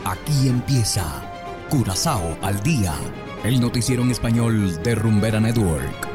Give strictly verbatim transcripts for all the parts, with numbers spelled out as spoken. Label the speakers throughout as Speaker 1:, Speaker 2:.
Speaker 1: Aquí empieza Curazao al día, el noticiero en español de Rumbera Network.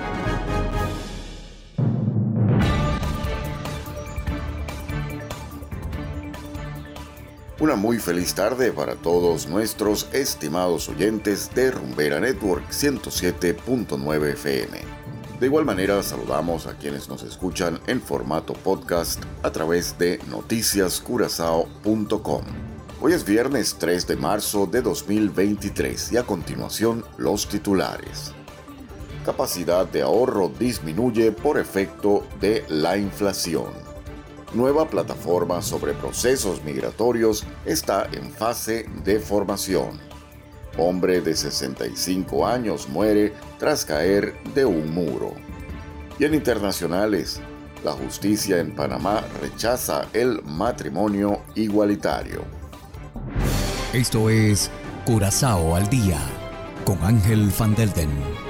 Speaker 2: Una muy feliz tarde para todos nuestros estimados oyentes de Rumbera Network ciento siete punto nueve F M. De igual manera saludamos a quienes nos escuchan en formato podcast a través de noticias curazao punto com. Hoy es viernes tres de marzo de dos mil veintitrés y a continuación los titulares. Capacidad de ahorro disminuye por efecto de la inflación. Nueva plataforma sobre procesos migratorios está en fase de formación. Hombre de sesenta y cinco años muere tras caer de un muro. Y en internacionales, la justicia en Panamá rechaza el matrimonio igualitario.
Speaker 1: Esto es Curazao al día con Ángel Van Delden.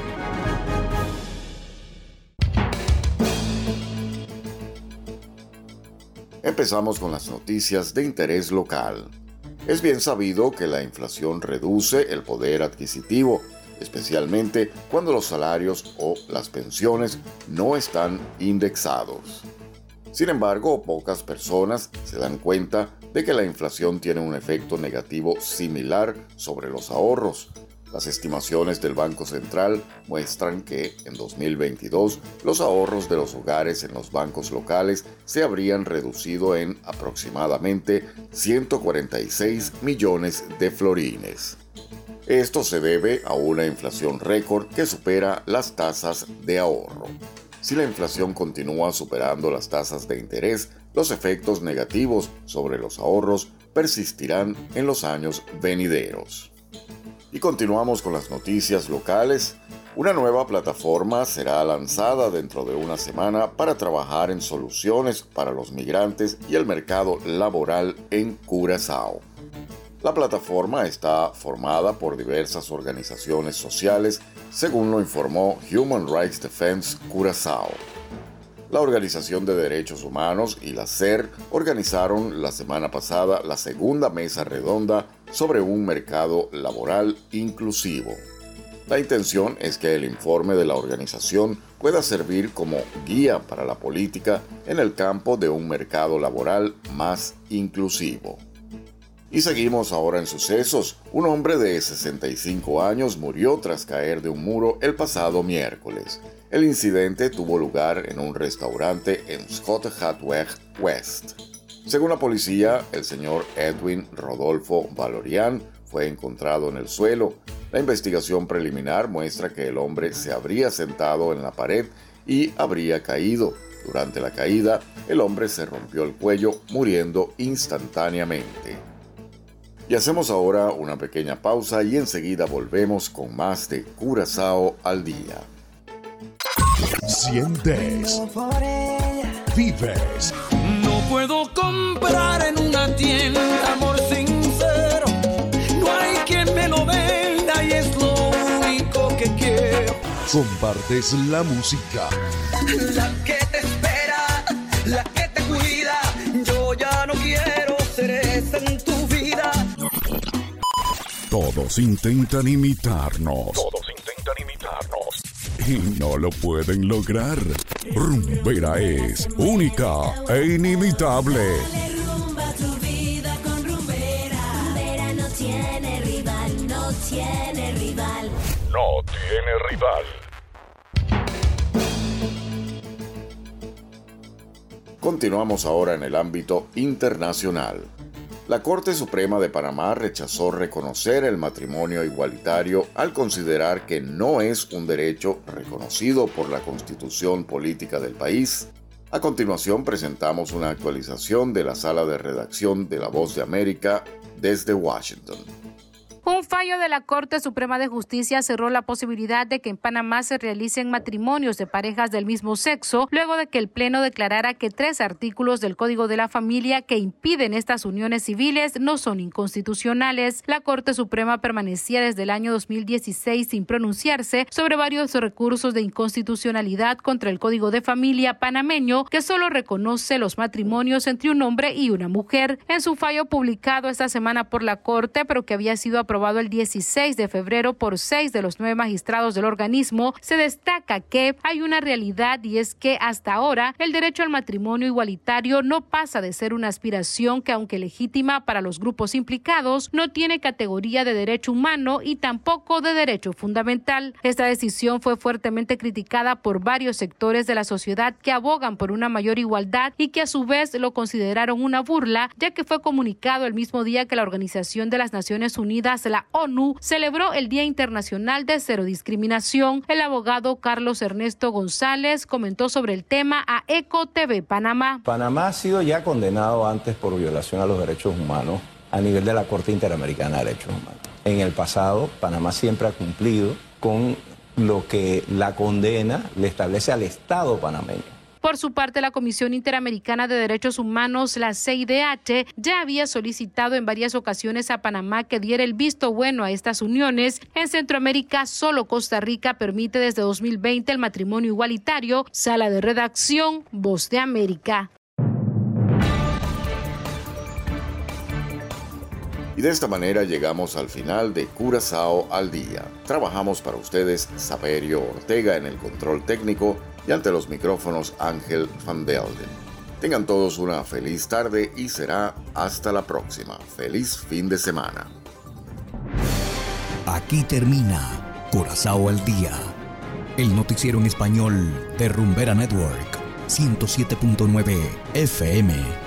Speaker 2: Empezamos con las noticias de interés local. Es bien sabido que la inflación reduce el poder adquisitivo, especialmente cuando los salarios o las pensiones no están indexados. Sin embargo, pocas personas se dan cuenta de que la inflación tiene un efecto negativo similar sobre los ahorros. Las estimaciones del Banco Central muestran que en dos mil veintidós los ahorros de los hogares en los bancos locales se habrían reducido en aproximadamente ciento cuarenta y seis millones de florines. Esto se debe a una inflación récord que supera las tasas de ahorro. Si la inflación continúa superando las tasas de interés, los efectos negativos sobre los ahorros persistirán en los años venideros. Y continuamos con las noticias locales. Una nueva plataforma será lanzada dentro de una semana para trabajar en soluciones para los migrantes y el mercado laboral en Curazao. La plataforma está formada por diversas organizaciones sociales, según lo informó Human Rights Defense Curazao. La Organización de Derechos Humanos y la S E R organizaron la semana pasada la segunda mesa redonda sobre un mercado laboral inclusivo. La intención es que el informe de la organización pueda servir como guía para la política en el campo de un mercado laboral más inclusivo. Y seguimos ahora en sucesos. Un hombre de sesenta y cinco años murió tras caer de un muro el pasado miércoles. El incidente tuvo lugar en un restaurante en Schottenhatweg West. Según la policía, el señor Edwin Rodolfo Valorian fue encontrado en el suelo. La investigación preliminar muestra que el hombre se habría sentado en la pared y habría caído. Durante la caída, el hombre se rompió el cuello, muriendo instantáneamente. Y hacemos ahora una pequeña pausa y enseguida volvemos con más de Curazao al día.
Speaker 3: Sientes, vives.
Speaker 4: No puedo comprar en una tienda amor sincero. No hay quien me lo venda y es lo único que quiero.
Speaker 3: Compartes la música.
Speaker 4: La que te espera, la que te cuida. Yo ya no quiero ser esa en tu vida.
Speaker 3: Todos intentan imitarnos.
Speaker 5: Todos intentan imitarnos.
Speaker 3: Y no lo pueden lograr. Rumbera es única e inimitable.
Speaker 6: Dale rumba a tu vida con Rumbera. Rumbera no tiene rival, no tiene rival.
Speaker 5: No tiene rival.
Speaker 2: Continuamos ahora en el ámbito internacional. La Corte Suprema de Panamá rechazó reconocer el matrimonio igualitario al considerar que no es un derecho reconocido por la Constitución política del país. A continuación presentamos una actualización de la sala de redacción de La Voz de América desde Washington.
Speaker 7: Un fallo de la Corte Suprema de Justicia cerró la posibilidad de que en Panamá se realicen matrimonios de parejas del mismo sexo, luego de que el Pleno declarara que tres artículos del Código de la Familia que impiden estas uniones civiles no son inconstitucionales. La Corte Suprema permanecía desde el año dos mil dieciséis sin pronunciarse sobre varios recursos de inconstitucionalidad contra el Código de Familia panameño, que solo reconoce los matrimonios entre un hombre y una mujer. En su fallo publicado esta semana por la Corte, pero que había sido aprobado aprobado el dieciséis de febrero por seis de los nueve magistrados del organismo, se destaca que hay una realidad y es que hasta ahora el derecho al matrimonio igualitario no pasa de ser una aspiración que, aunque legítima para los grupos implicados, no tiene categoría de derecho humano y tampoco de derecho fundamental. Esta decisión fue fuertemente criticada por varios sectores de la sociedad que abogan por una mayor igualdad y que a su vez lo consideraron una burla, ya que fue comunicado el mismo día que la Organización de las Naciones Unidas, la ONU, celebró el Día Internacional de Cero Discriminación. El abogado Carlos Ernesto González comentó sobre el tema a Eco T V Panamá.
Speaker 8: Panamá ha sido ya condenado antes por violación a los derechos humanos a nivel de la Corte Interamericana de Derechos Humanos. En el pasado, Panamá siempre ha cumplido con lo que la condena le establece al Estado panameño.
Speaker 7: Por su parte, la Comisión Interamericana de Derechos Humanos, la C I D H, ya había solicitado en varias ocasiones a Panamá que diera el visto bueno a estas uniones. En Centroamérica, solo Costa Rica permite desde dos mil veinte el matrimonio igualitario. Sala de redacción, Voz de América.
Speaker 2: Y de esta manera llegamos al final de Curazao al Día. Trabajamos para ustedes Saberio Ortega en el control técnico y ante los micrófonos Ángel Van Delden. Tengan todos una feliz tarde y será hasta la próxima. Feliz fin de semana.
Speaker 1: Aquí termina Curazao al Día, el noticiero en español de Rumbera Network, ciento siete punto nueve F M.